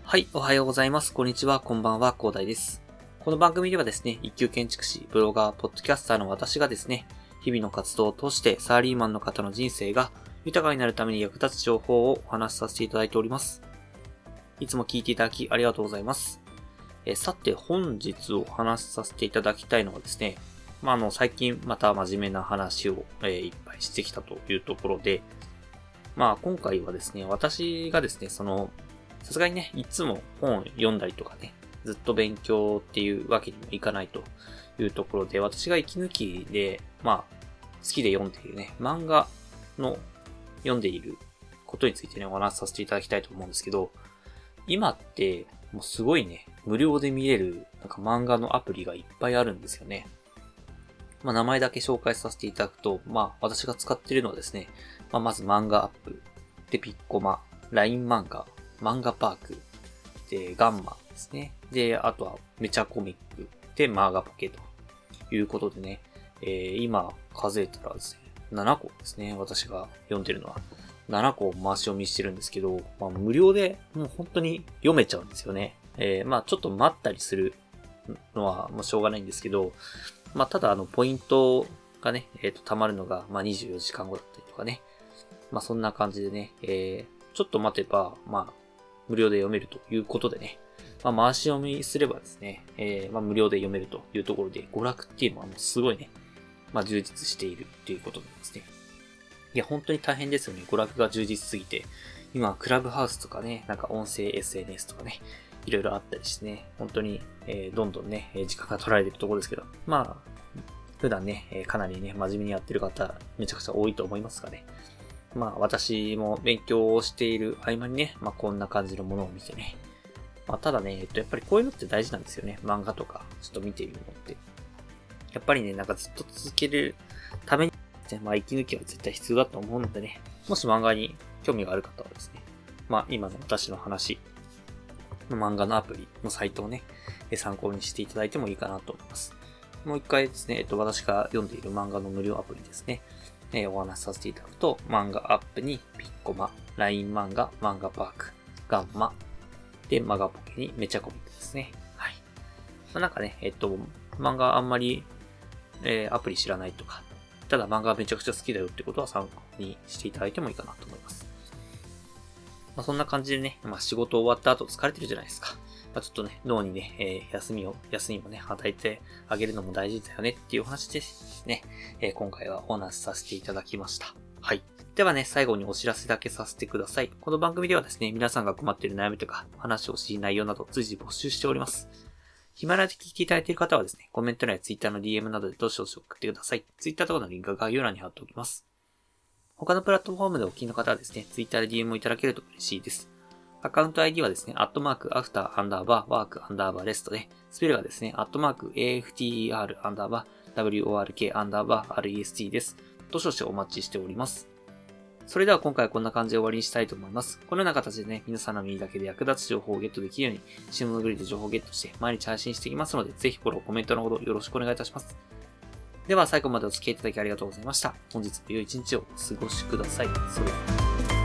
はい、おはようございます。こんにちは、こんばんは、広大です。この番組ではですね、一級建築士、ブロガー、ポッドキャスターの私がですね、日々の活動を通してサラリーマンの方の人生が豊かになるために役立つ情報をお話しさせていただいております。いつも聞いていただきありがとうございます。さて、本日お話しさせていただきたいのはですね、最近また真面目な話を、いっぱいしてきたというところで、今回はですね、私がですね、さすがにね、いつも本を読んだりとかね、ずっと勉強っていうわけにもいかないというところで、私が息抜きで、好きで読んでいるね、漫画の読んでいることについてね、お話しさせていただきたいと思うんですけど、今って、もうすごいね、無料で見れる、漫画のアプリがいっぱいあるんですよね。名前だけ紹介させていただくと、私が使っているのはですね、まず漫画アップ、で、ピッコマ、LINE 漫画、漫画パーク、で、ガンマですね。で、あとはメチャコミック、で、マーガポケということでね、今数えたらですね、7個ですね。私が読んでるのは。7個回し読みしてるんですけど、無料でもう本当に読めちゃうんですよね。ちょっと待ったりするのはもうしょうがないんですけど、ただポイントがね、貯まるのが、24時間後だったりとかね。そんな感じでね、ちょっと待てば、無料で読めるということでね。回し読みすればですね、無料で読めるというところで、娯楽っていうのはもうすごいね、充実しているということなんですね。いや、本当に大変ですよね。娯楽が充実すぎて。今、クラブハウスとかね、音声 SNS とかね、いろいろあったりしてね、本当に、どんどんね、時間が取られているところですけど、普段ね、かなりね、真面目にやってる方、めちゃくちゃ多いと思いますがね。私も勉強をしている合間にね、こんな感じのものを見てね。ただね、やっぱりこういうのって大事なんですよね。漫画とか、ちょっと見ているのって。やっぱりね、ずっと続けるために、息抜きは絶対必要だと思うのでね、もし漫画に興味がある方はですね、今の私の話、漫画のアプリのサイトをね、参考にしていただいてもいいかなと思います。もう一回ですね、私が読んでいる漫画の無料アプリですね。お話しさせていただくと、漫画アップにピッコマ、LINE 漫画、漫画パーク、ガンマ、で、マガポケにメチャコミックですね。はい。漫画あんまり、アプリ知らないとか、ただ漫画めちゃくちゃ好きだよってことは参考にしていただいてもいいかなと思います。そんな感じでね、仕事終わった後疲れてるじゃないですか。ちょっとね、脳にね、休みもね、与えてあげるのも大事だよねっていうお話でね、今回はお話しさせていただきました。はい。ではね、最後にお知らせだけさせてください。この番組ではですね、皆さんが困っている悩みとか、話をしい内容など随時募集しております。ヒマラヤで聞いていただいている方はですね、コメント欄や Twitter の DM などでどしどし送ってください。Twitter とかのリンクは概要欄に貼っておきます。他のプラットフォームでお聞きの方はですね、Twitter で DM をいただけると嬉しいです。アカウント ID はですね、@after_work_rest で、スペルがですね、@after_work_rest です。どしどしお待ちしております。それでは今回はこんな感じで終わりにしたいと思います。このような形でね、皆さんの耳だけで役立つ情報をゲットできるように、シムのグリで情報をゲットして毎日配信していきますので、ぜひフォロー、コメントのほどよろしくお願いいたします。では最後までお付き合いいただきありがとうございました。本日も良い一日をお過ごしください。それでは。